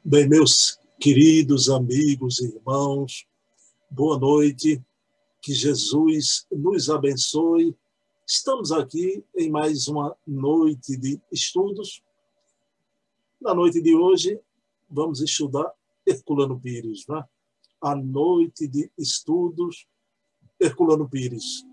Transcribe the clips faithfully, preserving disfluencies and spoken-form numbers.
Bem, meus queridos amigos e irmãos, boa noite, que Jesus nos abençoe. Estamos aqui em mais uma noite de estudos. Na noite de hoje, vamos estudar Herculano Pires, né? A noite de estudos Herculano Pires.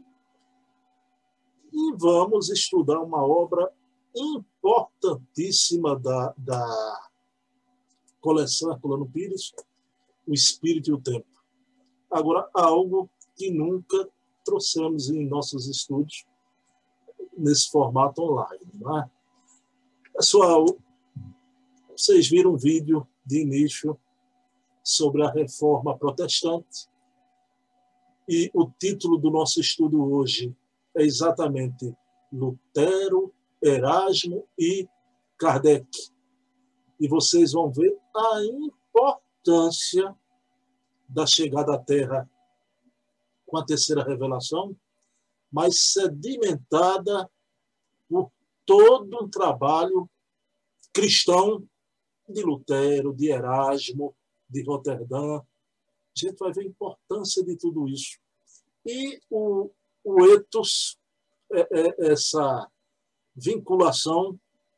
E vamos estudar uma obra importantíssima da, da coleção Herculano Pires, O Espírito e o Tempo. Agora, algo que nunca trouxemos em nossos estudos nesse formato online. Não é? Pessoal, vocês viram um vídeo de início sobre a Reforma Protestante e o título do nosso estudo hoje é exatamente Lutero, Erasmo e Kardec. E vocês vão ver a importância da chegada à Terra com a terceira revelação, mas sedimentada por todo um trabalho cristão de Lutero, de Erasmo, de Roterdã. A gente vai ver a importância de tudo isso. E o, o ethos, é, é, essa vinculação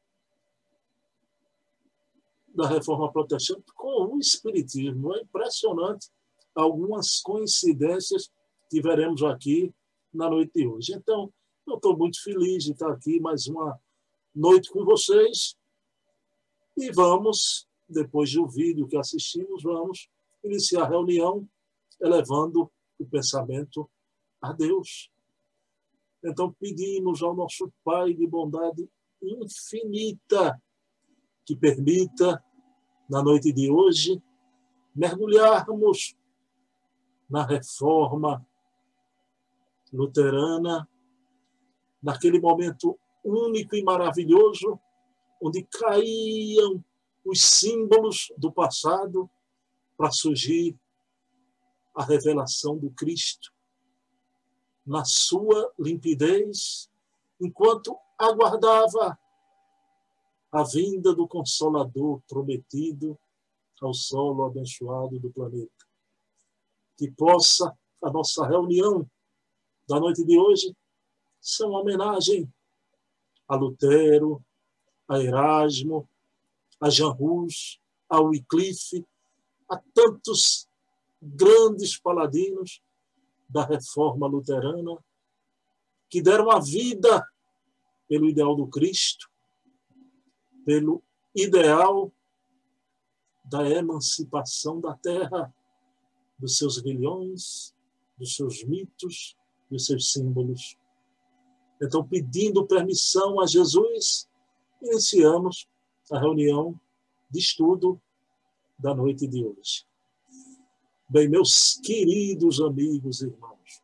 da Reforma Protestante com o Espiritismo. É impressionante algumas coincidências que veremos aqui na noite de hoje. Então, eu estou muito feliz de estar aqui mais uma noite com vocês e vamos, depois do vídeo que assistimos, vamos iniciar a reunião elevando o pensamento a Deus. Então, pedimos ao nosso Pai de bondade infinita que permita, na noite de hoje, mergulharmos na reforma luterana, naquele momento único e maravilhoso, onde caíam os símbolos do passado para surgir a revelação do Cristo na sua limpidez, enquanto aguardava a vinda do Consolador prometido ao solo abençoado do planeta. Que possa a nossa reunião da noite de hoje ser uma homenagem a Lutero, a Erasmo, a Jean Hus, a Wycliffe, a tantos grandes paladinos da reforma luterana que deram a vida pelo ideal do Cristo, pelo ideal da emancipação da terra, dos seus grilhões, dos seus mitos, dos seus símbolos. Então, pedindo permissão a Jesus, iniciamos a reunião de estudo da noite de hoje. Bem, meus queridos amigos e irmãos,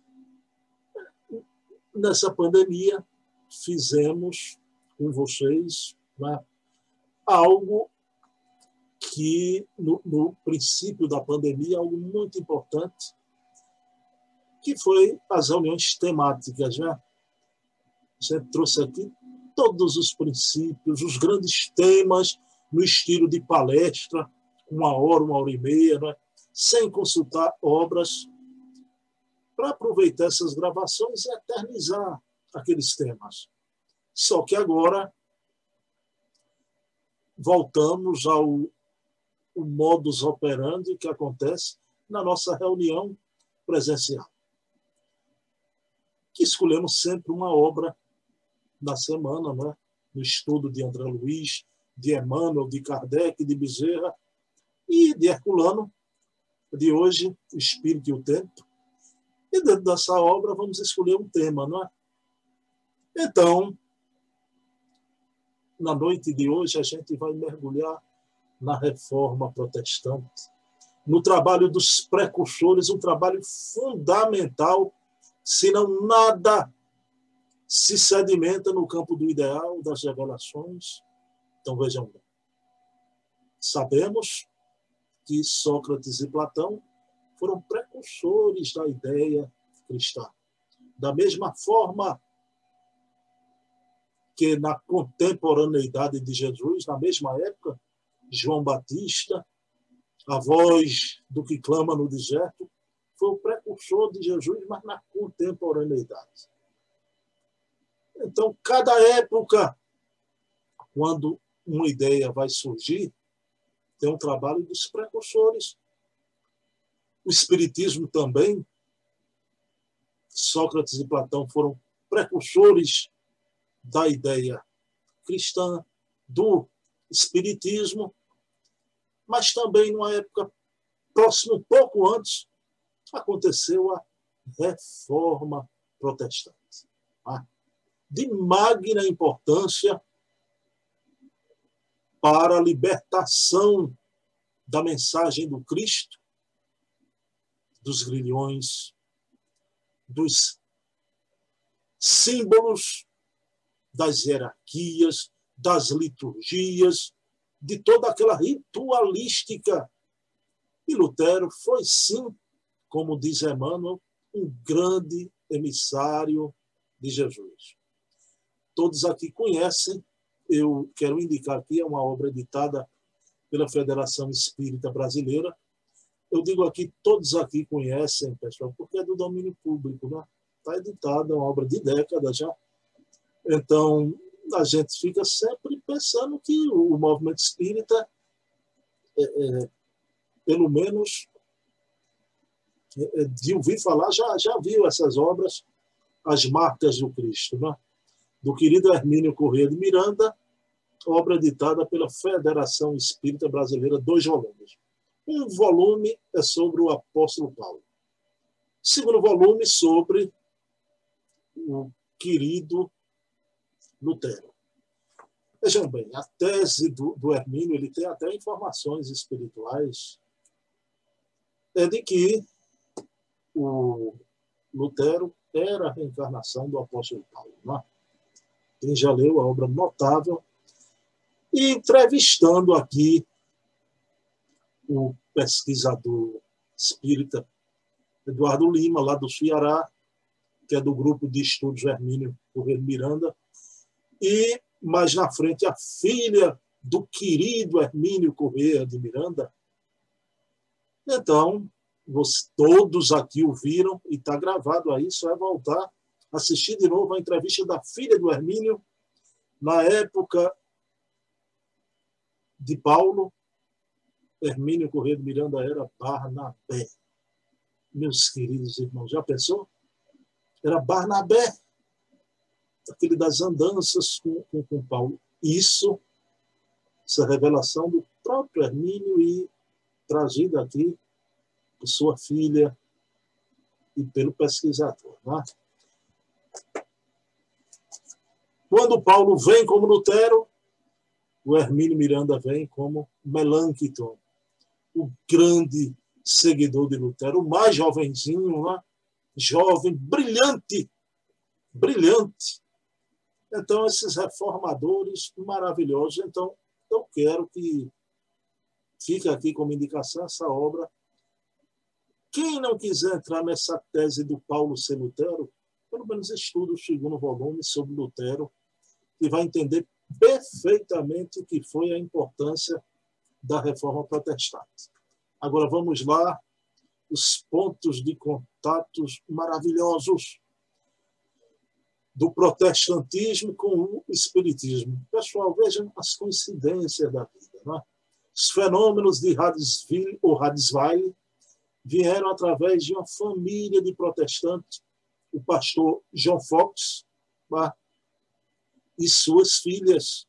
nessa pandemia fizemos com vocês, né, algo que, no, no princípio da pandemia, algo muito importante, que foi as reuniões temáticas. Né? Você trouxe aqui todos os princípios, os grandes temas, no estilo de palestra, uma hora, uma hora e meia, né? Sem consultar obras, para aproveitar essas gravações e eternizar aqueles temas. Só que agora voltamos ao o modus operandi que acontece na nossa reunião presencial. Que escolhemos sempre uma obra da semana, né? No estudo de André Luiz, de Emmanuel, de Kardec, de Bezerra e de Herculano, de hoje, O Espírito e o Tempo. E dentro dessa obra vamos escolher um tema, não é? Então, na noite de hoje, a gente vai mergulhar na Reforma Protestante, no trabalho dos precursores, um trabalho fundamental, senão nada se sedimenta no campo do ideal, das revelações. Então, vejam bem. Sabemos que Sócrates e Platão foram precursores da ideia cristã. Da mesma forma que na contemporaneidade de Jesus, na mesma época, João Batista, a voz do que clama no deserto, foi o precursor de Jesus, mas na contemporaneidade. Então, cada época, quando uma ideia vai surgir, tem um trabalho dos precursores. O Espiritismo também, Sócrates e Platão foram precursores da ideia cristã, do Espiritismo, mas também, numa época próxima, um pouco antes, aconteceu a Reforma Protestante, de magna importância para a libertação da mensagem do Cristo, dos grilhões, dos símbolos, das hierarquias, das liturgias, de toda aquela ritualística. E Lutero foi, sim, como diz Emmanuel, um grande emissário de Jesus. Todos aqui conhecem, eu quero indicar aqui, é uma obra editada pela Federação Espírita Brasileira. Eu digo aqui, todos aqui conhecem, pessoal, porque é do domínio público, né? Está editada, é uma obra de décadas já. Então, a gente fica sempre pensando que o movimento espírita, é, é, pelo menos, é, de ouvir falar, já, já viu essas obras, As Marcas do Cristo, né? Do querido Hermínio Corrêa de Miranda, obra editada pela Federação Espírita Brasileira, dois volumes. Um volume é sobre o apóstolo Paulo. O segundo volume sobre o querido Lutero. Vejam bem, a tese do, do Hermínio, ele tem até informações espirituais, é de que o Lutero era a reencarnação do apóstolo Paulo. Não é? Quem já leu a obra notável, e entrevistando aqui o pesquisador espírita Eduardo Lima, lá do Ceará, que é do grupo de estudos Hermínio Corrêa de Miranda, e mais na frente a filha do querido Hermínio Corrêa de Miranda. Então, vocês, todos aqui ouviram, e está gravado aí, só é voltar, assistir de novo a entrevista da filha do Hermínio, na época de Paulo. Hermínio Corrêa de Miranda era Barnabé. Meus queridos irmãos, já pensou? Era Barnabé, aquele das andanças com, com, com Paulo. Isso, essa revelação do próprio Hermínio e trazida aqui por sua filha e pelo pesquisador. Não é? Quando Paulo vem como Lutero, o Hermínio Miranda vem como Melanchthon, o grande seguidor de Lutero, o mais jovenzinho, né? Jovem, brilhante, brilhante. Então, esses reformadores maravilhosos. Então, eu quero que fique aqui como indicação essa obra. Quem não quiser entrar nessa tese do Paulo ser Lutero, pelo menos estuda o segundo volume sobre Lutero, e vai entender perfeitamente o que foi a importância da Reforma Protestante. Agora vamos lá, os pontos de contatos maravilhosos do protestantismo com o espiritismo. Pessoal, vejam as coincidências da vida. Né? Os fenômenos de Huddersville ou Huddersville vieram através de uma família de protestantes, o pastor John Fox, né? E suas filhas,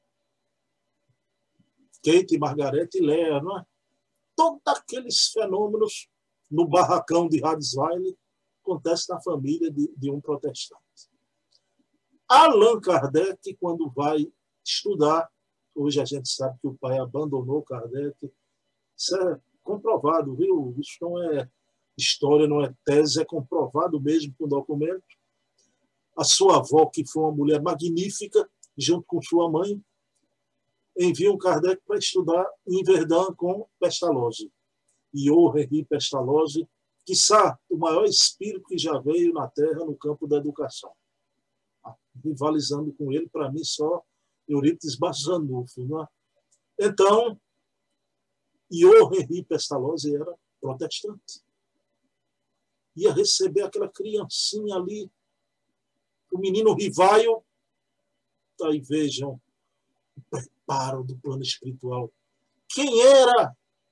Kate, Margaret e Lea. Não é? Todos aqueles fenômenos no barracão de Huddersville acontecem na família de, de um protestante. Allan Kardec, quando vai estudar, hoje a gente sabe que o pai abandonou Kardec, isso é comprovado, viu? Isso não é história, não é tese, é comprovado mesmo com documento. A sua avó, que foi uma mulher magnífica, junto com sua mãe, enviam Kardec para estudar em Verdun com Pestalozzi. E o Henri Pestalozzi, quiçá o maior espírito que já veio na Terra no campo da educação. Rivalizando com ele, para mim, só Eurípides Barçanufo. Né? Então, E o Henri Pestalozzi era protestante. Ia receber aquela criancinha ali, o menino Rivaio. Aí vejam o preparo do plano espiritual. Quem era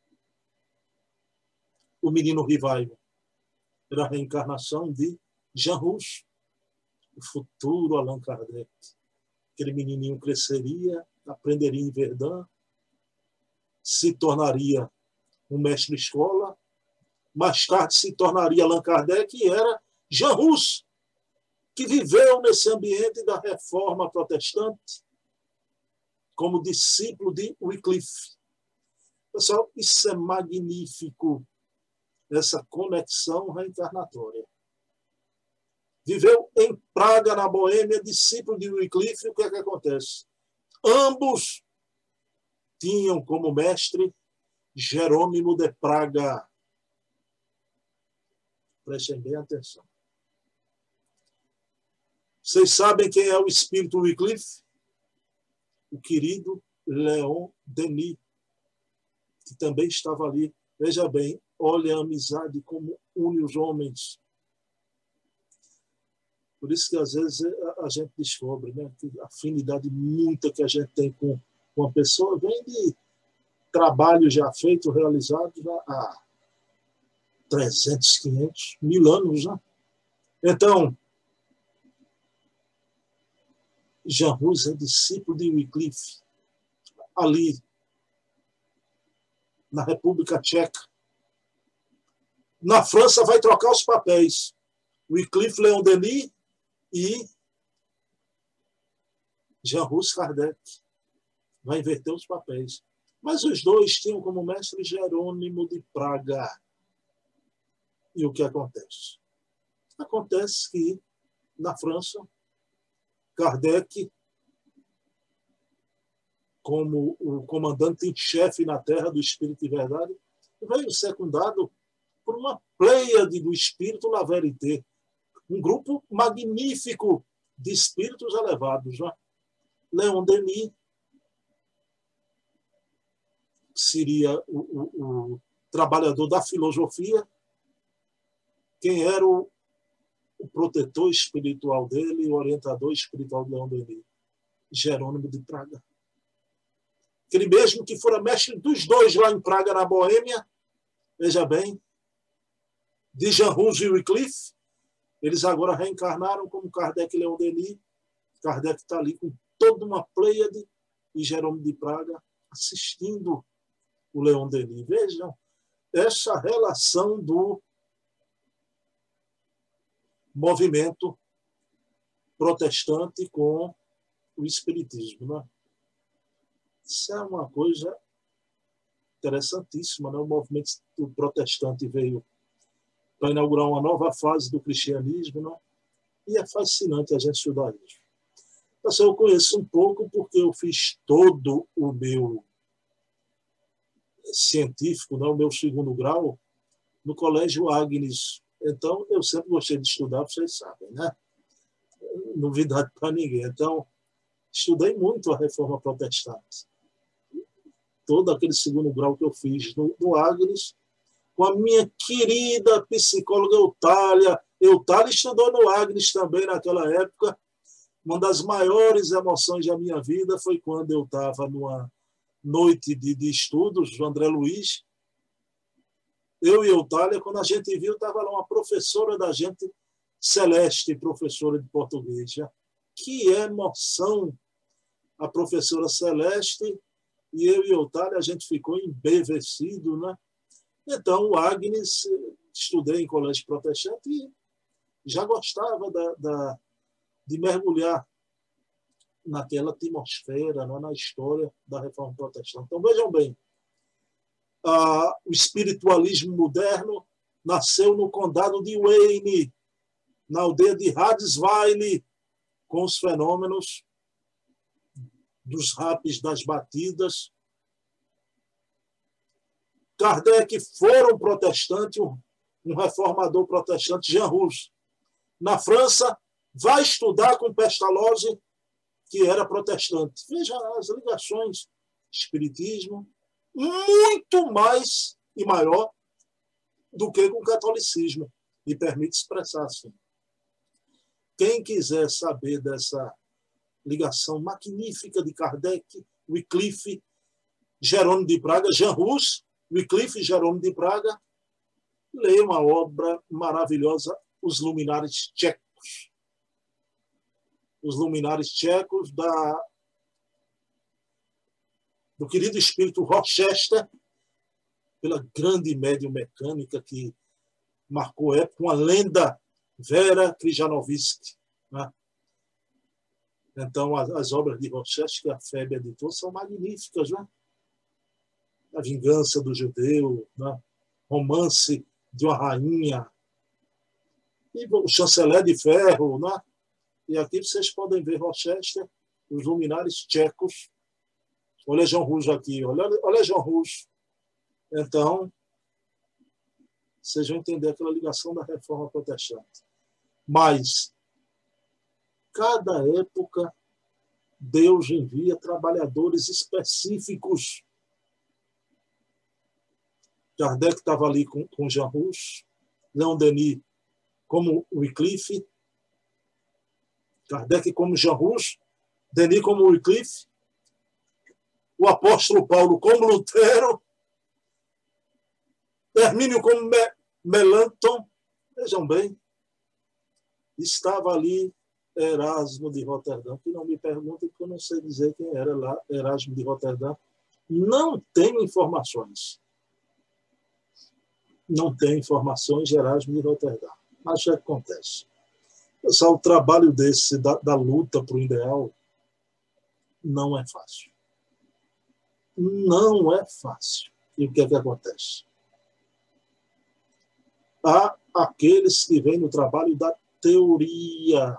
o menino Rivaio? Era a reencarnação de Jean Rouch, o futuro Allan Kardec. Aquele menininho cresceria, aprenderia em Verdun, se tornaria um mestre-escola, mais tarde se tornaria Allan Kardec e era Jean Rouch, que viveu nesse ambiente da reforma protestante como discípulo de Wycliffe. Pessoal, isso é magnífico, essa conexão reencarnatória. Viveu em Praga, na Boêmia, discípulo de Wycliffe. O que é que acontece? Ambos tinham como mestre Jerônimo de Praga. Prestem bem atenção. Vocês sabem quem é o espírito Wycliffe? O querido Leon Denis, que também estava ali. Veja bem, olha a amizade como une os homens. Por isso que, às vezes, a gente descobre, né, que a afinidade muita que a gente tem com uma pessoa vem de trabalho já feito, realizado já há trezentos, quinhentos, mil anos. Né? Então, Jean Rouch é discípulo de Wycliffe, ali, na República Tcheca. Na França vai trocar os papéis. Wycliffe, Leon Denis e Jean Rouch Kardec. Vai inverter os papéis. Mas os dois tinham como mestre Jerônimo de Praga. E o que acontece? Acontece que, na França, Kardec, como o comandante em chefe na Terra do Espírito e Verdade, veio secundado por uma pleiade do Espírito La Vérité, um grupo magnífico de espíritos elevados. Né? Leon Denis seria o, o, o trabalhador da filosofia, quem era o, o protetor espiritual dele, o orientador espiritual de Leon Denis, Jerônimo de Praga. Aquele mesmo que fora mestre dos dois lá em Praga, na Boêmia, veja bem, de Jean Rouch e Wycliffe, eles agora reencarnaram como Kardec e Leon Denis. Kardec está ali com toda uma pleiade e Jerônimo de Praga assistindo o Leon Denis. Vejam essa relação do movimento protestante com o espiritismo. Né? Isso é uma coisa interessantíssima. Né? O movimento protestante veio para inaugurar uma nova fase do cristianismo, né? E é fascinante a gente estudar isso. Mas eu conheço um pouco porque eu fiz todo o meu científico, né? O meu segundo grau, no Colégio Agnes. Então, eu sempre gostei de estudar, vocês sabem, né? Novidade para ninguém. Então, estudei muito a Reforma Protestante. Todo aquele segundo grau que eu fiz no, no Agnes, com a minha querida psicóloga Eutália. Eutália estudou no Agnes também naquela época. Uma das maiores emoções da minha vida foi quando eu estava numa noite de, de estudos, do André Luiz. Eu e Eutália, quando a gente viu, estava lá uma professora da gente, Celeste, professora de português. Já. Que emoção! A professora Celeste e eu e Eutália, a gente ficou embevecido, né? Então, o Agnes, estudei em colégio protestante e já gostava da, da, de mergulhar naquela atmosfera, né, na história da Reforma Protestante. Então, vejam bem, a, o espiritualismo moderno nasceu no condado de Wayne, na aldeia de Hadesweiler, com os fenômenos dos rapes, das batidas. Kardec fora um protestante, um reformador protestante, Jean Rouch. Na França, vai estudar com Pestalozzi, que era protestante. Veja as ligações, espiritismo muito mais e maior do que com o catolicismo. Me permite expressar assim. Quem quiser saber dessa ligação magnífica de Kardec, Wycliffe, Jerônimo de Praga, Jean Hus, Wycliffe e Jerônimo de Praga, leia uma obra maravilhosa, Os Luminares Tchecos. Os Luminares Tchecos da, do querido espírito Rochester, pela grande médium mecânica que marcou época, uma lenda, Vera Krzyżanowski, né? Então, as, as obras de Rochester, que a F E B editou, são magníficas, né? A Vingança do Judeu, né? Romance de uma Rainha, e o Chanceler de Ferro, né? E aqui vocês podem ver Rochester, Os Luminares Tchecos. Olha Jean Rouge aqui, olha, olha Jean Rouge. Então, vocês vão entender aquela ligação da reforma protestante. Mas, cada época, Deus envia trabalhadores específicos. Kardec estava ali com, com Jean Rouge, Leon Denis como Wycliffe, Kardec como Jean Rouge, Denis como Wycliffe, o apóstolo Paulo como Lutero, Hermínio como Me Melanchthon. Vejam bem, estava ali Erasmo de Roterdã, que não me perguntem, porque eu não sei dizer quem era lá, Erasmo de Roterdã. Não tenho informações. Não tenho informações de Erasmo de Roterdã. Mas já acontece. Pessoal, o trabalho desse, da, da luta para o ideal, não é fácil. Não é fácil. E o que é que acontece? Há aqueles que vêm no trabalho da teoria.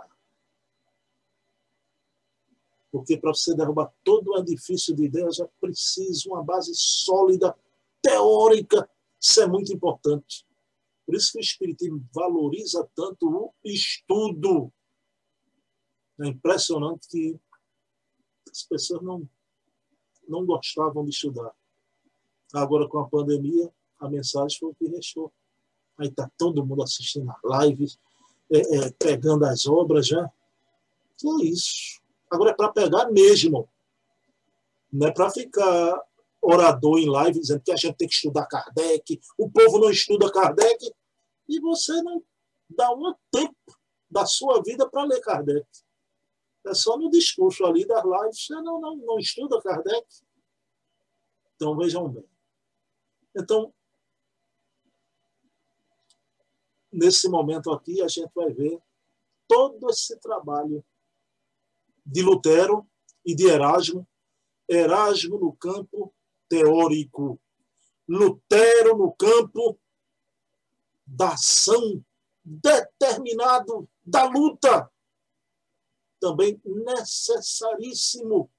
Porque para você derrubar todo o edifício de ideias é preciso uma base sólida, teórica. Isso é muito importante. Por isso que o Espiritismo valoriza tanto o estudo. É impressionante que as pessoas não, não gostavam de estudar. Agora, com a pandemia, a mensagem foi o que restou. Aí está todo mundo assistindo a lives, é, é, pegando as obras já. Que é isso. Agora é para pegar mesmo. Não é para ficar orador em live dizendo que a gente tem que estudar Kardec, o povo não estuda Kardec, e você não dá um tempo da sua vida para ler Kardec. É só no discurso ali das lives, você não, não, não estuda Kardec. Então, vejam bem. Então, nesse momento aqui, a gente vai ver todo esse trabalho de Lutero e de Erasmo. Erasmo no campo teórico, Lutero no campo da ação, determinado da luta, também necessaríssimo.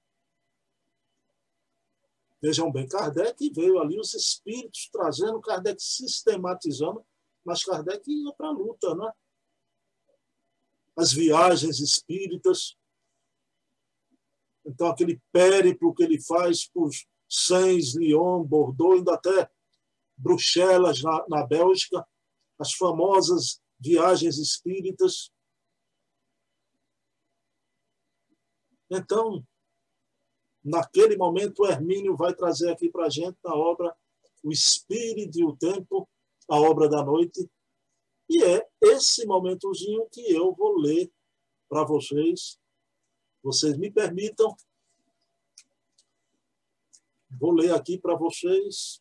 Vejam bem, Kardec veio ali, os espíritos trazendo, Kardec sistematizando, mas Kardec ia para a luta, né? As viagens espíritas. Então, aquele périplo que ele faz por Sens, Lyon, Bordeaux, ainda até Bruxelas, na, na Bélgica, as famosas viagens espíritas. Então, naquele momento, o Hermínio vai trazer aqui para a gente, na obra O Espírito e o Tempo, a obra da noite, e é esse momentozinho que eu vou ler para vocês. Vocês me permitam, vou ler aqui para vocês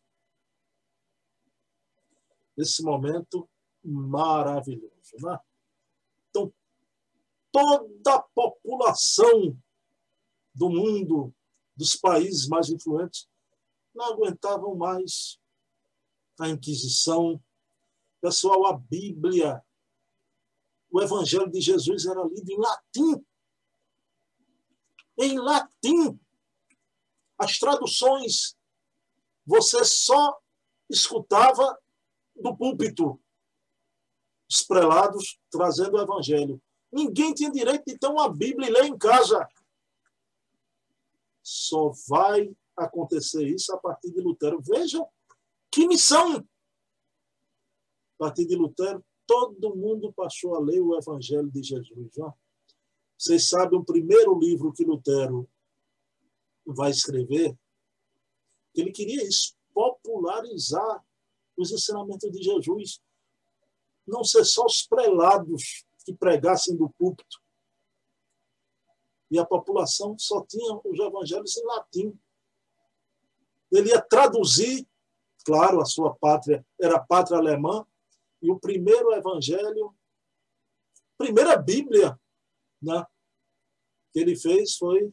esse momento maravilhoso, né? Então, toda a população do mundo, dos países mais influentes, não aguentavam mais a Inquisição. Pessoal, a Bíblia, o Evangelho de Jesus era lido em latim. Em latim. As traduções você só escutava do púlpito. Os prelados trazendo o Evangelho. Ninguém tinha direito de ter uma Bíblia e ler em casa. Só vai acontecer isso a partir de Lutero. Vejam que missão! A partir de Lutero, todo mundo passou a ler o Evangelho de Jesus. Não? Vocês sabem, o primeiro livro que Lutero vai escrever, que ele queria isso, popularizar os ensinamentos de Jesus. Não ser só os prelados que pregassem do púlpito. E a população só tinha os evangelhos em latim. Ele ia traduzir, claro, a sua pátria era a pátria alemã, e o primeiro evangelho, primeira Bíblia, né, que ele fez foi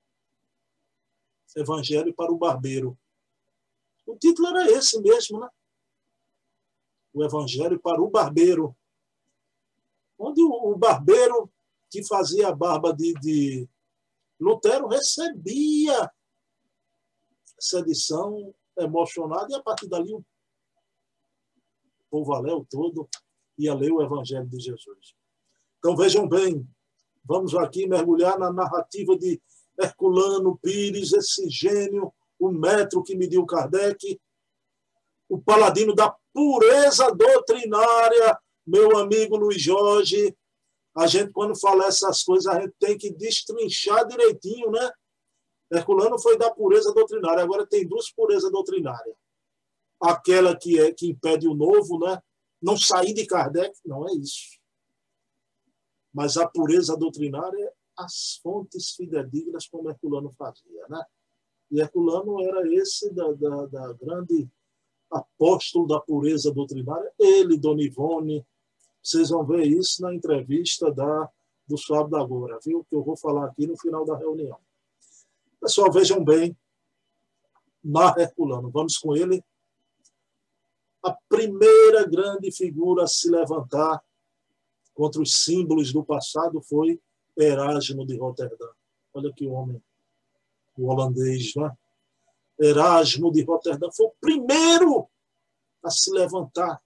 Evangelho para o Barbeiro. O título era esse mesmo, né? O Evangelho para o Barbeiro. Onde o barbeiro que fazia a barba de, de Lutero recebia essa edição emocionada, e a partir dali o povo aleu todo ia ler o Evangelho de Jesus. Então vejam bem, vamos aqui mergulhar na narrativa de Herculano Pires, esse gênio, o metro que mediu Kardec, o paladino da pureza doutrinária, meu amigo Luiz Jorge. A gente, quando fala essas coisas, a gente tem que destrinchar direitinho, né? Herculano foi da pureza doutrinária, agora tem duas purezas doutrinárias. Aquela que, é, que impede o novo, né? Não sair de Kardec, não é isso. Mas a pureza doutrinária é as fontes fidedignas, como Herculano fazia, né? E Herculano era esse da, da, da grande apóstolo da pureza doutrinária, ele, Dona Ivone. Vocês vão ver isso na entrevista da, do Sábado Agora, viu? Que eu vou falar aqui no final da reunião. Pessoal, vejam bem, na Herculano, vamos com ele. A primeira grande figura a se levantar contra os símbolos do passado foi Erasmo de Roterdã. Olha que homem, o holandês, né? Erasmo de Roterdã foi o primeiro a se levantar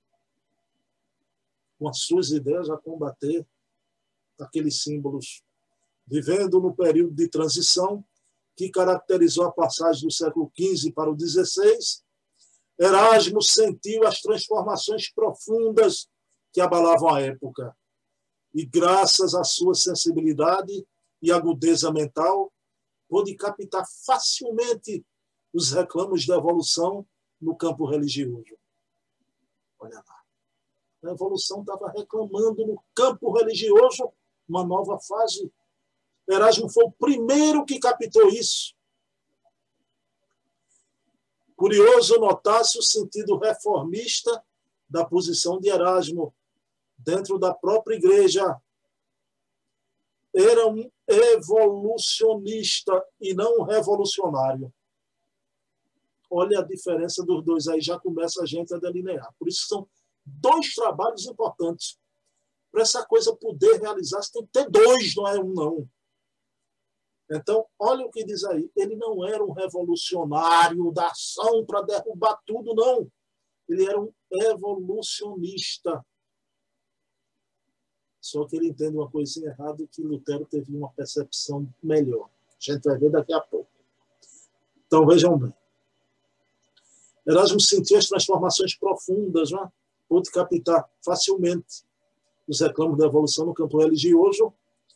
com as suas ideias a combater aqueles símbolos, vivendo no período de transição que caracterizou a passagem do século quinze para o dezesseis. Erasmo sentiu as transformações profundas que abalavam a época e, graças à sua sensibilidade e agudeza mental, pôde captar facilmente os reclamos da evolução no campo religioso. Olha lá. A evolução estava reclamando no campo religioso uma nova fase. Erasmo foi o primeiro que captou isso. Curioso notar-se o sentido reformista da posição de Erasmo dentro da própria igreja. Era um evolucionista e não um revolucionário. Olha a diferença dos dois, aí já começa a gente a delinear. Por isso são dois trabalhos importantes. Para essa coisa poder realizar, você tem que ter dois, não é um, não. Então, olha o que diz aí. Ele não era um revolucionário da ação para derrubar tudo, não. Ele era um evolucionista. Só que ele entende uma coisinha errada, que Lutero teve uma percepção melhor. A gente vai ver daqui a pouco. Então, vejam bem. Erasmo sentia as transformações profundas, não é? Pôde captar facilmente os reclamos da evolução no campo religioso.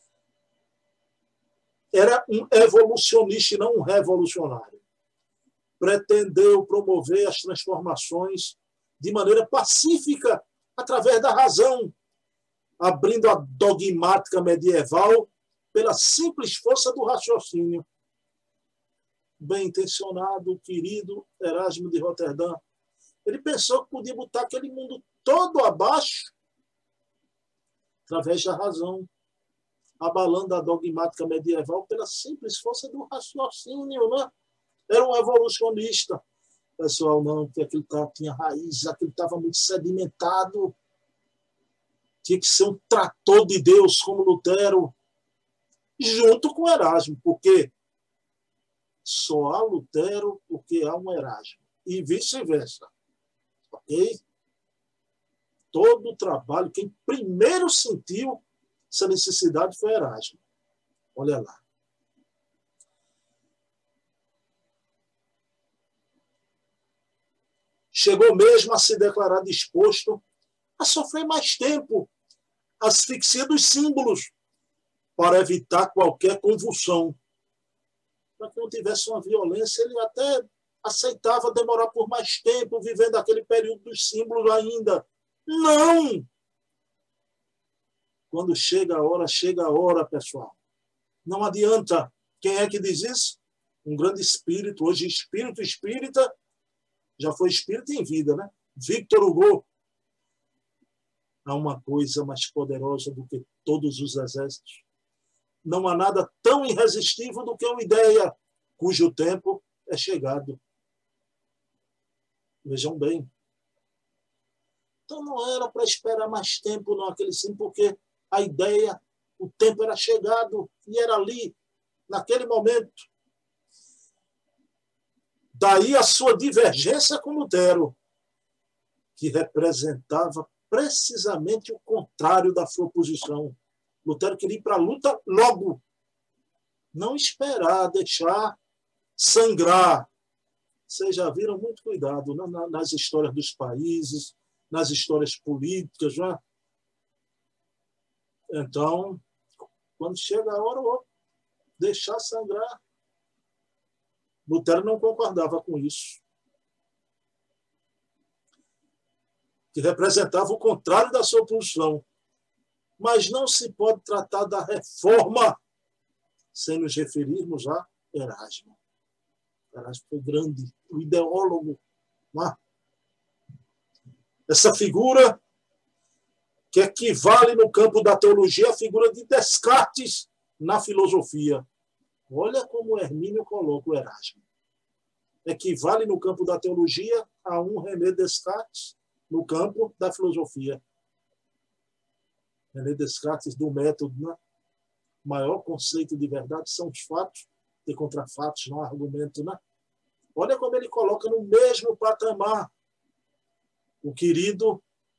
Era um evolucionista e não um revolucionário. Pretendeu promover as transformações de maneira pacífica, através da razão, abrindo a dogmática medieval pela simples força do raciocínio. Bem intencionado, querido Erasmo de Roterdã, ele pensou que podia botar aquele mundo todo abaixo através da razão, abalando a dogmática medieval pela simples força do raciocínio, né? Era um evolucionista. Pessoal, não, porque aquilo tinha raiz, aquilo estava muito sedimentado. Tinha que ser um trator de Deus, como Lutero, junto com Erasmo, porque só há Lutero porque há um Erasmo, e vice-versa. Ok? Todo o trabalho, quem primeiro sentiu essa necessidade foi Erasmo. Olha lá. chegou mesmo a se declarar disposto a sofrer mais tempo a asfixia dos símbolos para evitar qualquer convulsão. Para que não tivesse uma violência, ele até aceitava demorar por mais tempo, vivendo aquele período dos símbolos ainda. Não! Quando chega a hora, chega a hora, pessoal. Não adianta. Quem é que diz isso? Um grande espírito, hoje espírito espírita, já foi espírito em vida, né? Victor Hugo. Há uma coisa mais poderosa do que todos os exércitos. Não há nada tão irresistível do que uma ideia cujo tempo é chegado. Vejam bem. Então não era para esperar mais tempo não, aquele sim, porque a ideia, o tempo era chegado e era ali, naquele momento. Daí a sua divergência com Lutero, que representava precisamente o contrário da sua posição. Lutero queria ir para a luta logo. Não esperar, deixar sangrar. Vocês já viram muito cuidado nas histórias dos países, nas histórias políticas. Não é? Então, quando chega a hora, ó, deixar sangrar. Lutero não concordava com isso. Que representava o contrário da sua posição. Mas não se pode tratar da reforma sem nos referirmos a Erasmo. Erasmo foi grande, o ideólogo. Não é? Essa figura que equivale no campo da teologia à figura de Descartes na filosofia. Olha como Hermínio coloca o Erasmo. Equivale no campo da teologia a um René Descartes no campo da filosofia. René Descartes, do método, né? O maior conceito de verdade são os fatos, e contra fatos não há argumento. Né? Olha como ele coloca no mesmo patamar o querido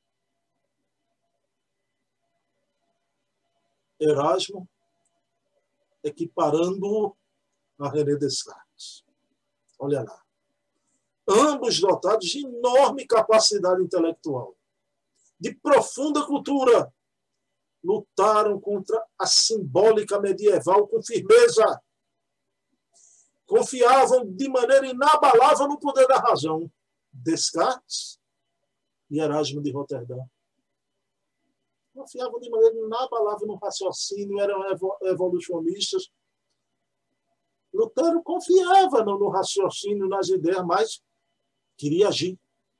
Erasmo, equiparando-o a René Descartes. Olha lá. Ambos dotados de enorme capacidade intelectual, de profunda cultura, lutaram contra a simbólica medieval com firmeza. Confiavam de maneira inabalável no poder da razão. Descartes e Erasmo de Roterdã. Confiavam de maneira inabalável no raciocínio, eram evolucionistas. Lutero confiava no raciocínio, nas ideias, mas queria agir.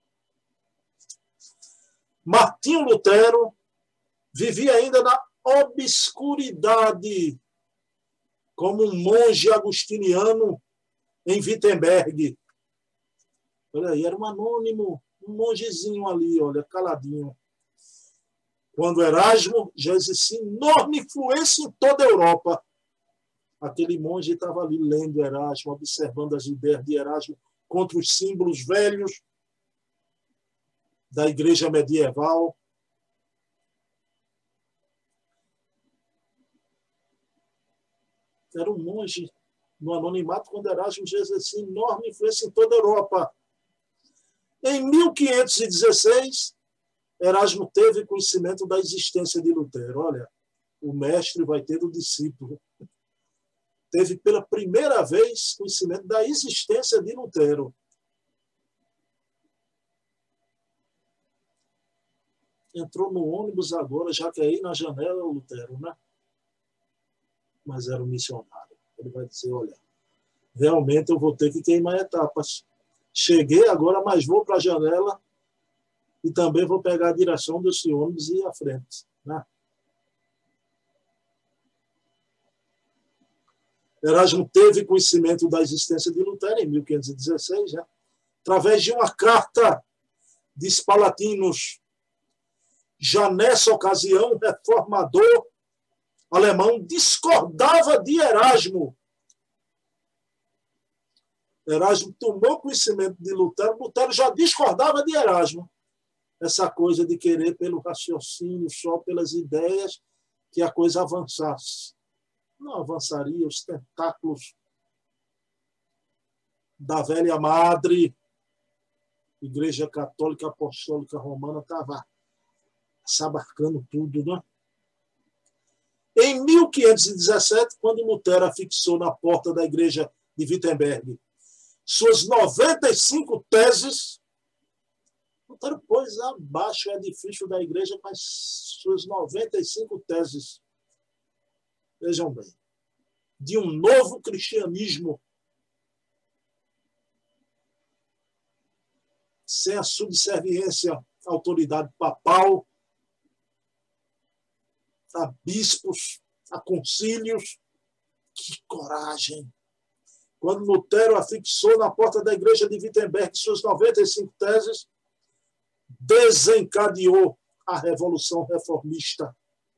Martinho Lutero vivia ainda na obscuridade, como um monge agustiniano em Wittenberg. Olha aí, era um anônimo, um mongezinho ali, olha, caladinho. Quando Erasmo já exercia enorme influência em toda a Europa. Aquele monge estava ali lendo Erasmo, observando as ideias de Erasmo contra os símbolos velhos da igreja medieval. Era um monge no anonimato quando Erasmo já exercia enorme influência em toda a Europa. Em mil quinhentos e dezesseis, Erasmo teve conhecimento da existência de Lutero. Olha, o mestre vai ter o discípulo. Teve pela primeira vez conhecimento da existência de Lutero. Entrou no ônibus agora, já que aí na janela o Lutero, né? Mas era um missionário. Ele vai dizer, olha, realmente eu vou ter que queimar etapas. Cheguei agora, mas vou para a janela e também vou pegar a direção desse ônibus e ir à frente. Né? Erasmo teve conhecimento da existência de Lutero em mil quinhentos e dezesseis, né? Através de uma carta de Spalatinos. Já nessa ocasião, o reformador alemão discordava de Erasmo. Erasmo tomou conhecimento de Lutero, Lutero já discordava de Erasmo. Essa coisa de querer pelo raciocínio, só pelas ideias, que a coisa avançasse. Não avançaria, os tentáculos da velha madre Igreja Católica Apostólica Romana estava sabarcando tudo, né? Em mil quinhentos e dezessete, quando Lutero afixou na porta da igreja de Wittenberg suas noventa e cinco teses, Lutero pôs abaixo o edifício da igreja com as suas noventa e cinco teses. Vejam bem, de um novo cristianismo, sem a subserviência à autoridade papal, a bispos, a concílios. Que coragem! Quando Lutero afixou na porta da igreja de Wittenberg suas noventa e cinco teses, desencadeou a Revolução Reformista.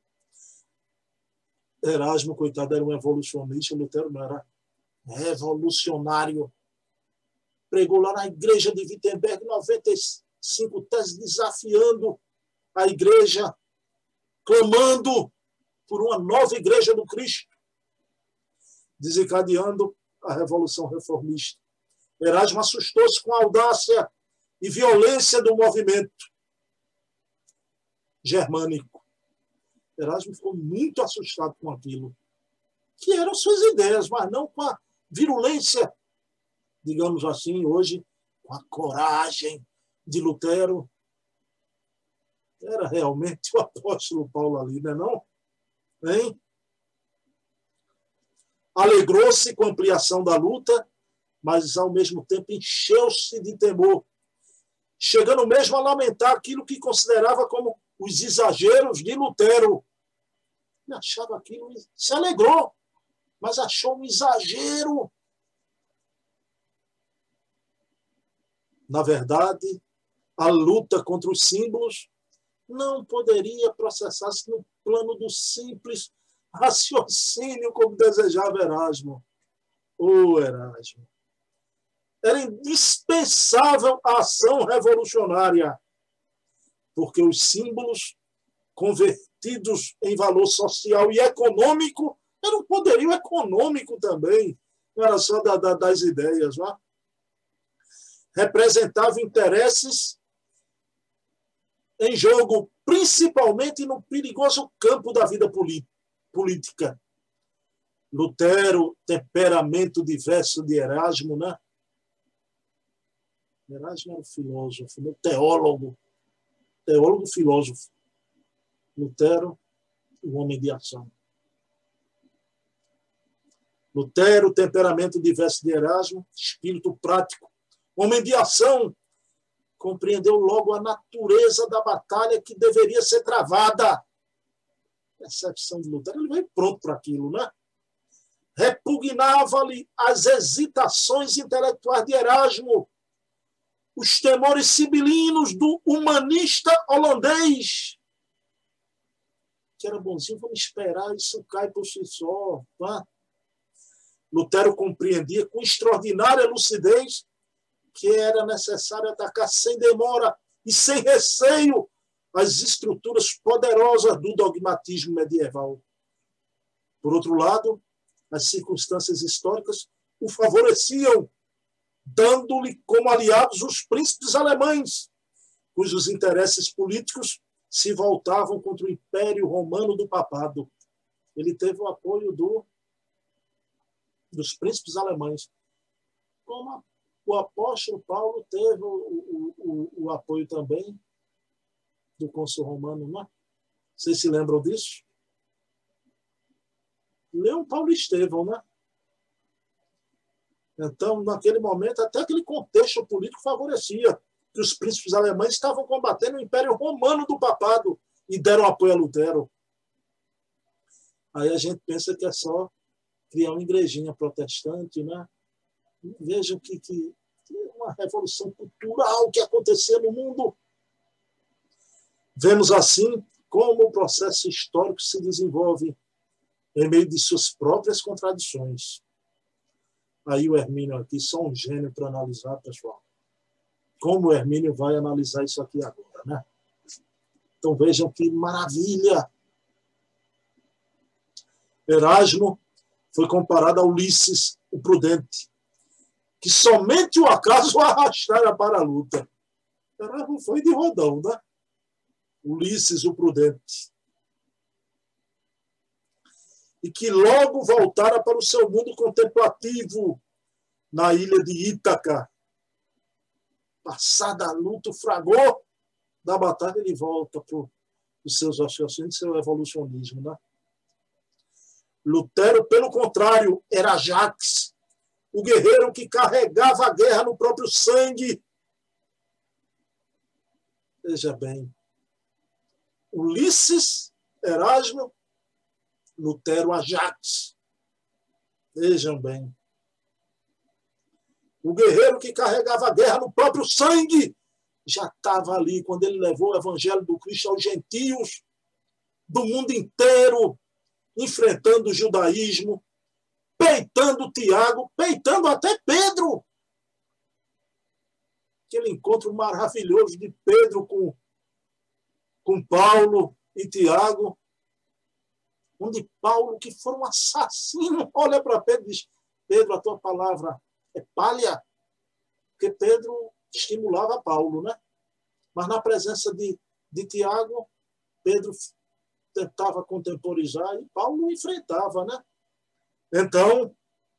Erasmo, coitado, era um evolucionista, Lutero não era revolucionário. Pregou lá na igreja de Wittenberg noventa e cinco teses, desafiando a igreja, clamando por uma nova igreja do Cristo, desencadeando a Revolução Reformista. Erasmo assustou-se com a audácia e violência do movimento germânico. Erasmo ficou muito assustado com aquilo, que eram suas ideias, mas não com a virulência, digamos assim, hoje, com a coragem de Lutero. Era realmente o apóstolo Paulo ali, não é não? Hein? Alegrou-se com a ampliação da luta, mas, ao mesmo tempo, encheu-se de temor, chegando mesmo a lamentar aquilo que considerava como os exageros de Lutero. Ele achava aquilo, se alegrou, mas achou um exagero. Na verdade, a luta contra os símbolos não poderia processar-se no plano do simples raciocínio como desejava Erasmo. Ô Erasmo! Era indispensável a ação revolucionária, porque os símbolos convertidos em valor social e econômico era um poderio econômico também, não era só da, da, das ideias, não é? Representava interesses em jogo, principalmente no perigoso campo da vida política. Lutero, temperamento diverso de Erasmo, né? Erasmo era um filósofo, um teólogo, teólogo filósofo. Lutero, um homem de ação. Lutero, temperamento diverso de Erasmo, espírito prático, homem de ação, compreendeu logo a natureza da batalha que deveria ser travada. Percepção de Lutero, ele veio pronto para aquilo, né? Repugnava-lhe as hesitações intelectuais de Erasmo, os temores sibilinos do humanista holandês, que era bonzinho, vamos esperar, isso cai por si só. Tá? Lutero compreendia com extraordinária lucidez que era necessário atacar sem demora e sem receio as estruturas poderosas do dogmatismo medieval. Por outro lado, as circunstâncias históricas o favoreciam, dando-lhe como aliados os príncipes alemães, cujos interesses políticos se voltavam contra o Império Romano do Papado. Ele teve o apoio do, dos príncipes alemães, como o apóstolo Paulo teve o, o, o, o apoio também do cônsul romano, não é? Vocês se lembram disso? Leão Paulo Estevão, né? Então, naquele momento, até aquele contexto político favorecia que os príncipes alemães estavam combatendo o Império Romano do Papado e deram apoio a Lutero. Aí a gente pensa que é só criar uma igrejinha protestante, né? Vejam que, que, que é uma revolução cultural que acontecia no mundo. Vemos assim como o processo histórico se desenvolve em meio de suas próprias contradições. Aí o Hermínio aqui, só um gênio para analisar, pessoal. Como o Hermínio vai analisar isso aqui agora, né? Então vejam que maravilha! Erasmo foi comparado a Ulisses, o prudente, que somente o acaso o arrastara para a luta. Erasmo foi de rodão, né? Ulisses, o prudente. E que logo voltara para o seu mundo contemplativo na ilha de Ítaca. Passada a luta, o fragor da batalha, ele volta para os seus raciocínios, seu evolucionismo, né? Lutero, pelo contrário, era Ajax, o guerreiro que carregava a guerra no próprio sangue. Veja bem, Ulisses, Erasmo, Lutero, Ajax. Vejam bem. O guerreiro que carregava a guerra no próprio sangue já estava ali quando ele levou o evangelho do Cristo aos gentios do mundo inteiro, enfrentando o judaísmo, peitando Tiago, peitando até Pedro. Aquele encontro maravilhoso de Pedro com, com Paulo e Tiago, onde Paulo, que foi um assassino, olha para Pedro e diz: Pedro, a tua palavra é palha. Porque Pedro estimulava Paulo, né? Mas na presença de, de Tiago, Pedro tentava contemporizar e Paulo enfrentava, né? Então,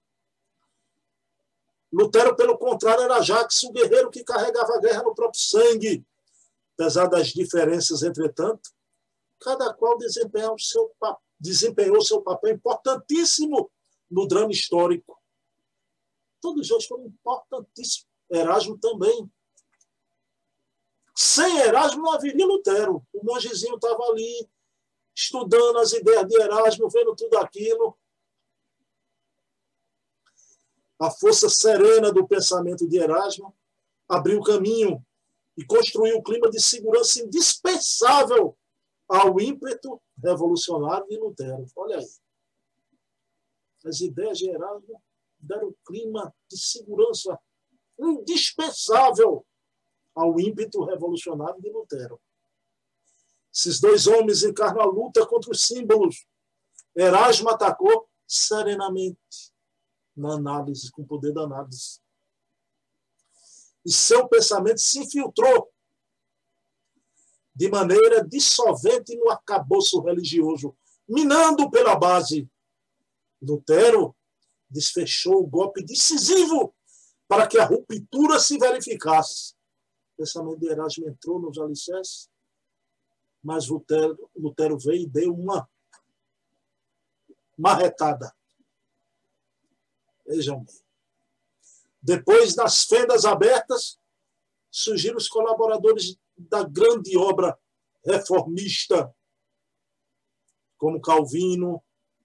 Lutero, pelo contrário, era Ajax, o guerreiro que carregava a guerra no próprio sangue. Apesar das diferenças, entretanto, cada qual desempenhou o seu, desempenhou seu papel importantíssimo no drama histórico. Todos eles foram importantíssimos. Erasmo também. Sem Erasmo não haveria Lutero. O mongezinho estava ali, estudando as ideias de Erasmo, vendo tudo aquilo. A força serena do pensamento de Erasmo abriu o caminho e construiu um clima de segurança indispensável ao ímpeto revolucionário de Lutero. Olha aí. As ideias de Erasmo deram um clima de segurança indispensável ao ímpeto revolucionário de Lutero. Esses dois homens encarnam a luta contra os símbolos. Erasmo atacou serenamente na análise, com o poder da análise. E seu pensamento se infiltrou de maneira dissolvente no arcabouço religioso, minando pela base. Lutero desfechou o golpe decisivo para que a ruptura se verificasse. O pensamento de Erasmo entrou nos alicerces, mas Lutero, Lutero veio e deu uma marretada. Vejam bem. Depois das fendas abertas, surgiram os colaboradores da grande obra reformista, como Calvino,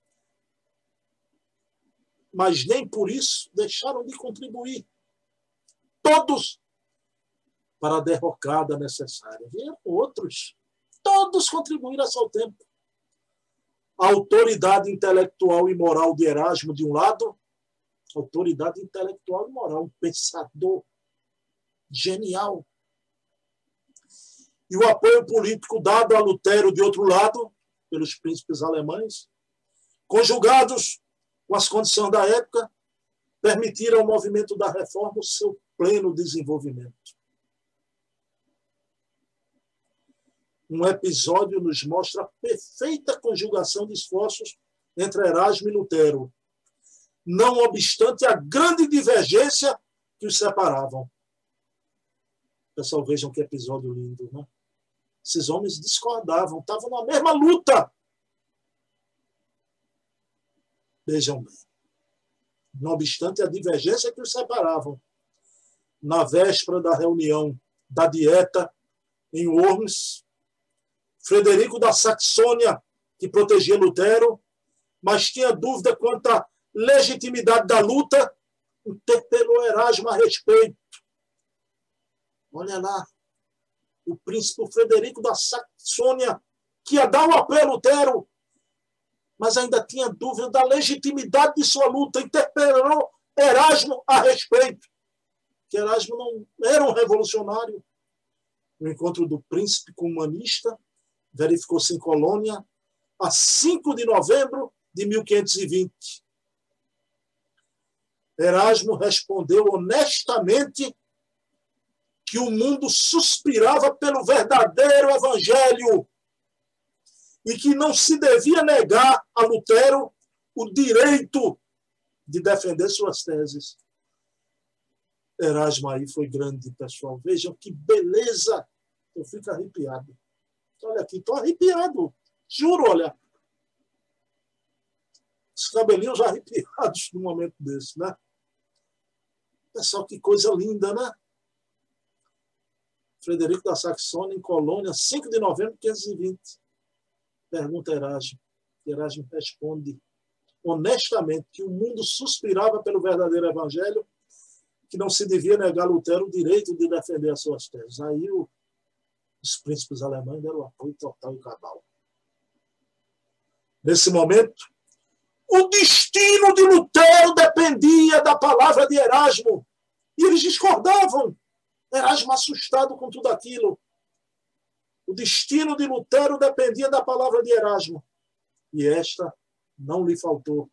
mas nem por isso deixaram de contribuir. Todos para a derrocada necessária. Vieram outros. Todos contribuíram a seu tempo. A autoridade intelectual e moral de Erasmo, de um lado, autoridade intelectual e moral, um pensador genial. E o apoio político dado a Lutero, de outro lado, pelos príncipes alemães, conjugados com as condições da época, permitiram ao movimento da reforma o seu pleno desenvolvimento. Um episódio nos mostra a perfeita conjugação de esforços entre Erasmo e Lutero, não obstante a grande divergência que os separavam. Pessoal, vejam que episódio lindo, né? Esses homens discordavam, estavam na mesma luta. Vejam bem. Não obstante a divergência que os separavam. Na véspera da reunião da Dieta em Worms, Frederico da Saxônia, que protegia Lutero, mas tinha dúvida quanto à legitimidade da luta, interpelou Erasmo a respeito. Olha lá, o príncipe Frederico da Saxônia, que ia dar o apoio a Lutero, mas ainda tinha dúvida da legitimidade de sua luta, interpelou Erasmo a respeito. Que Erasmo não era um revolucionário. O encontro do príncipe com o humanista verificou-se em Colônia a cinco de novembro de mil quinhentos e vinte. Erasmo respondeu honestamente que o mundo suspirava pelo verdadeiro evangelho e que não se devia negar a Lutero o direito de defender suas teses. Erasmo aí foi grande, pessoal. Vejam que beleza. Eu fico arrepiado. Olha aqui, estou arrepiado. Juro, olha. Os cabelinhos já arrepiados num momento desse, né? Pessoal, que coisa linda, né? Frederico da Saxônia, em Colônia, cinco de novembro de quinhentos e vinte. Pergunta Erasmo. Erasmo responde honestamente que o mundo suspirava pelo verdadeiro evangelho, que não se devia negar a Lutero o direito de defender as suas teses. Aí o, os príncipes alemães deram o apoio total e cabal. Nesse momento, o destino de Lutero dependia da palavra de Erasmo. E eles discordavam. Erasmo assustado com tudo aquilo. O destino de Lutero dependia da palavra de Erasmo. E esta não lhe faltou.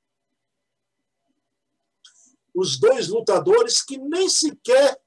Os dois lutadores que nem sequer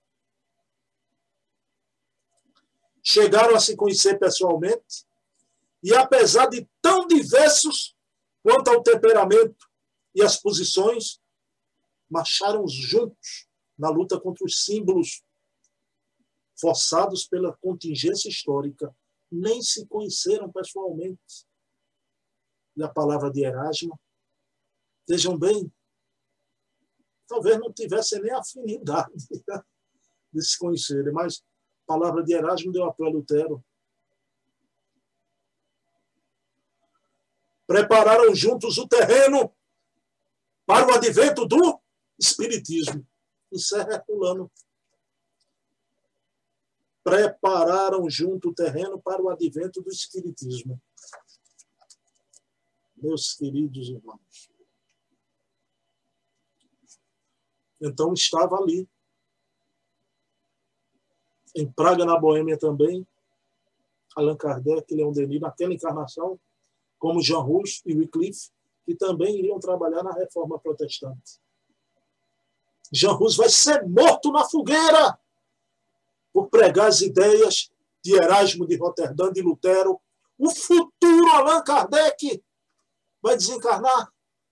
chegaram a se conhecer pessoalmente, e apesar de tão diversos quanto ao temperamento e as posições, marcharam juntos na luta contra os símbolos forçados pela contingência histórica. Nem se conheceram pessoalmente. E a palavra de Erasmo, vejam bem, talvez não tivessem nem afinidade de se conhecerem, mas a palavra de Erasmo deu apoio a Lutero. Prepararam juntos o terreno para o advento do Espiritismo. Isso é Herculano. Prepararam junto o terreno para o advento do Espiritismo. Meus queridos irmãos. Então estava ali, em Praga, na Boêmia também, Allan Kardec, Leon Denis, naquela encarnação, como Jean Hus e Wycliffe, que também iriam trabalhar na Reforma Protestante. Jean Hus vai ser morto na fogueira por pregar as ideias de Erasmo de Roterdã, de Lutero. O futuro Allan Kardec vai desencarnar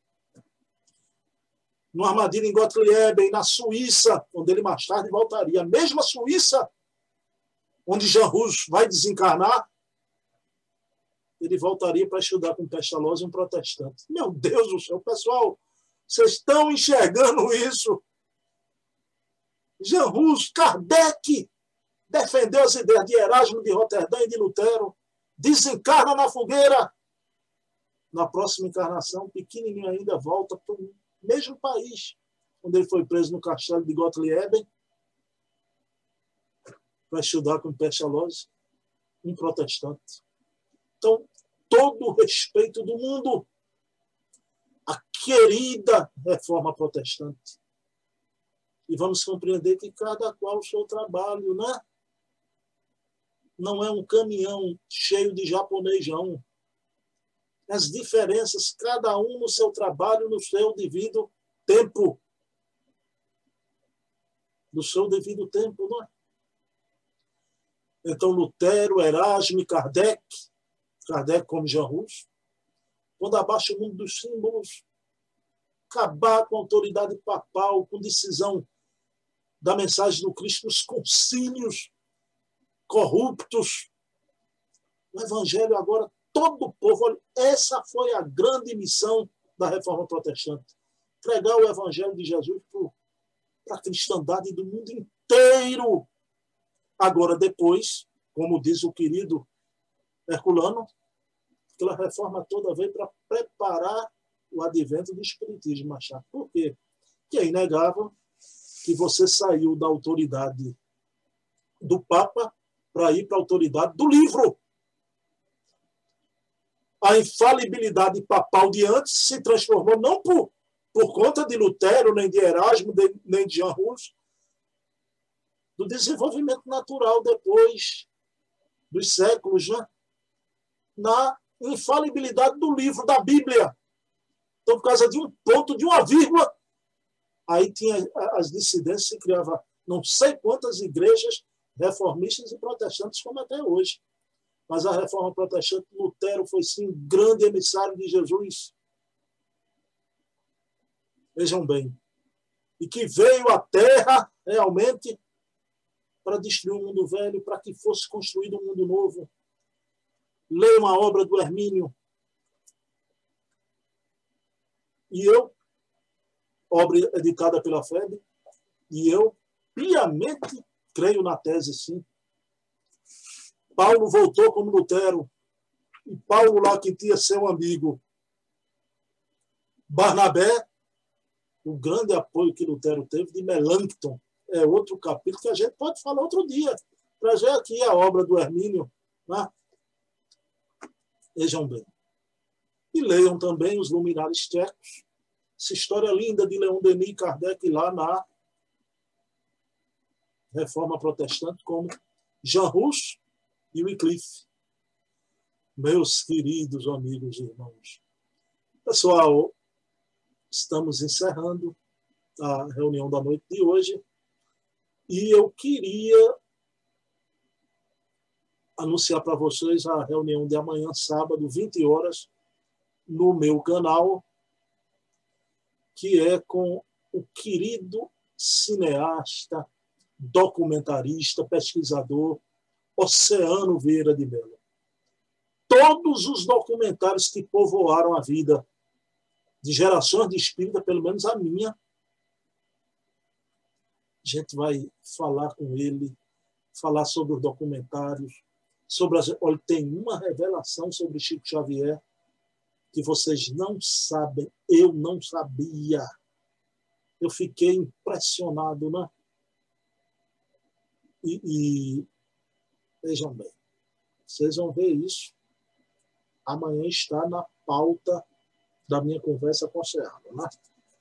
numa armadilha em Gottlieb, na Suíça, onde ele mais tarde voltaria. A mesma Suíça onde Jean Hus vai desencarnar, ele voltaria para estudar com Pestalozzi, um protestante. Meu Deus do céu, pessoal, vocês estão enxergando isso? Jean Hus, Kardec, defendeu as ideias de Erasmo de Roterdã e de Lutero, desencarna na fogueira. Na próxima encarnação, pequenininho ainda, volta para o mesmo país onde ele foi preso no castelo de Gottlieb para estudar com Pestalozzi, um protestante. Então, todo o respeito do mundo à querida Reforma Protestante. E vamos compreender que cada qual o seu trabalho, né? Não é um caminhão cheio de japonêsão. As diferenças, cada um no seu trabalho, no seu devido tempo. No seu devido tempo, não é? Então, Lutero, Erasmo e Kardec, Kardec como Jean Hus, quando abaixa o mundo dos símbolos, acabar com a autoridade papal, com decisão da mensagem do Cristo nos concílios corruptos. O Evangelho agora, todo o povo, olha, essa foi a grande missão da Reforma Protestante. Pregar o Evangelho de Jesus para a cristandade do mundo inteiro. Agora, depois, como diz o querido Herculano, aquela reforma toda veio para preparar o advento do Espiritismo, Machado. Por quê? Porque é inegável que você saiu da autoridade do Papa para ir para a autoridade do livro. A infalibilidade papal de antes se transformou não por, por conta de Lutero, nem de Erasmo, nem de Jean Hus, do desenvolvimento natural depois dos séculos, né? Na infalibilidade do livro, da Bíblia. Então, por causa de um ponto, de uma vírgula, aí tinha as dissidências, se criava não sei quantas igrejas reformistas e protestantes como até hoje. Mas a reforma protestante, Lutero foi sim um grande emissário de Jesus. Vejam bem. E que veio à Terra realmente para destruir o mundo velho, para que fosse construído um mundo novo. Leiam a obra do Hermínio. E eu, obra editada pela F E B, e eu piamente creio na tese, sim. Paulo voltou como Lutero. E Paulo lá que tinha seu amigo Barnabé, o grande apoio que Lutero teve de Melancton, é outro capítulo que a gente pode falar outro dia. Trazer aqui a obra do Hermínio. Né? Vejam bem. E leiam também os Luminares Tchecos. Essa história linda de Leon Denis e Kardec lá na Reforma Protestante, como Jean Hus e Wycliffe. Meus queridos amigos e irmãos. Pessoal, estamos encerrando a reunião da noite de hoje e eu queria anunciar para vocês a reunião de amanhã, sábado, vinte horas, no meu canal, que é com o querido cineasta, documentarista, pesquisador, Oceano Vieira de Mello. Todos os documentários que povoaram a vida de gerações de espírita, pelo menos a minha, a gente vai falar com ele, falar sobre os documentários, sobre as... Olha, tem uma revelação sobre Chico Xavier que vocês não sabem, eu não sabia. Eu fiquei impressionado, né? E, e vejam bem, vocês vão ver isso. Amanhã está na pauta da minha conversa com o Oceano, né?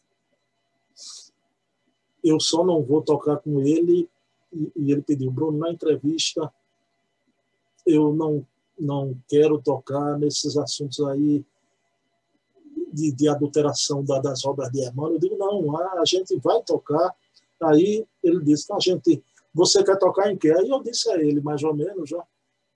Eu só não vou tocar com ele, e, e ele pediu, Bruno, na entrevista, eu não, não quero tocar nesses assuntos aí de, de adulteração da, das obras de Emmanuel. Eu digo, não, a gente vai tocar. Aí ele disse, a gente, você quer tocar em quê? Aí eu disse a ele, mais ou menos, já,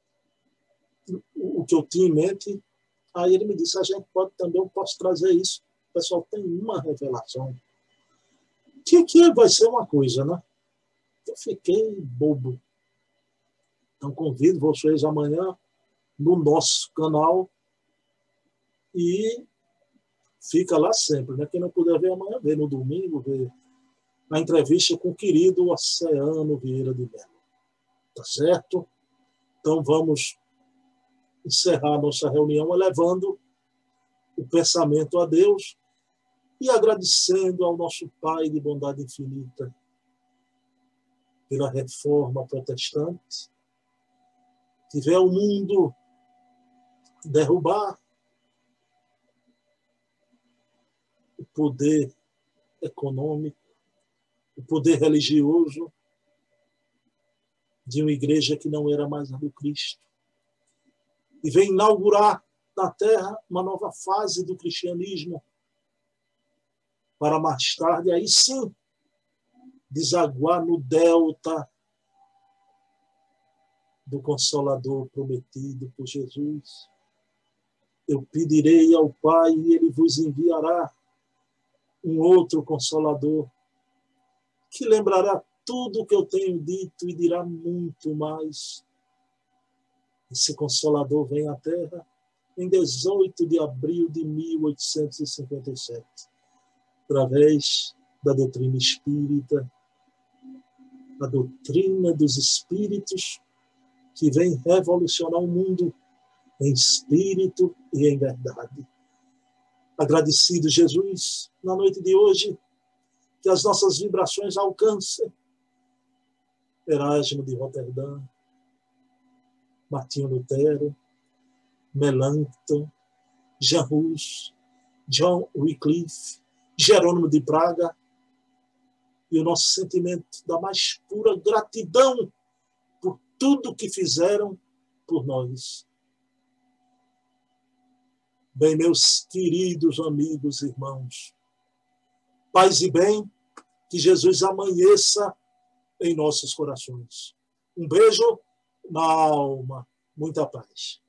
o, o que eu tinha em mente. Aí ele me disse, a gente pode também, eu posso trazer isso. O pessoal tem uma revelação. Que, que vai ser uma coisa, né? Eu fiquei bobo. Então convido vocês amanhã no nosso canal e fica lá sempre, né? Quem não puder ver amanhã, vê no domingo, vê a entrevista com o querido Oceano Vieira de Mello. Tá certo? Então vamos encerrar nossa reunião elevando o pensamento a Deus e agradecendo ao nosso Pai de bondade infinita pela reforma protestante, que vê o mundo derrubar o poder econômico, o poder religioso de uma igreja que não era mais a do Cristo. E vem inaugurar na Terra uma nova fase do cristianismo, para mais tarde, aí sim, desaguar no delta do Consolador prometido por Jesus. Eu pedirei ao Pai e Ele vos enviará um outro Consolador que lembrará tudo o que eu tenho dito e dirá muito mais. Esse Consolador vem à Terra em dezoito de abril de mil oitocentos e cinquenta e sete, através da doutrina espírita, a doutrina dos espíritos, que vem revolucionar o mundo em espírito e em verdade. Agradecido, Jesus, na noite de hoje, que as nossas vibrações alcancem Erasmo de Roterdã, Martinho Lutero, Melancton, Jean Hus, John Wycliffe, Jerônimo de Praga, e o nosso sentimento da mais pura gratidão por tudo que fizeram por nós. Bem, meus queridos amigos e irmãos, paz e bem, que Jesus amanheça em nossos corações. Um beijo na alma. Muita paz.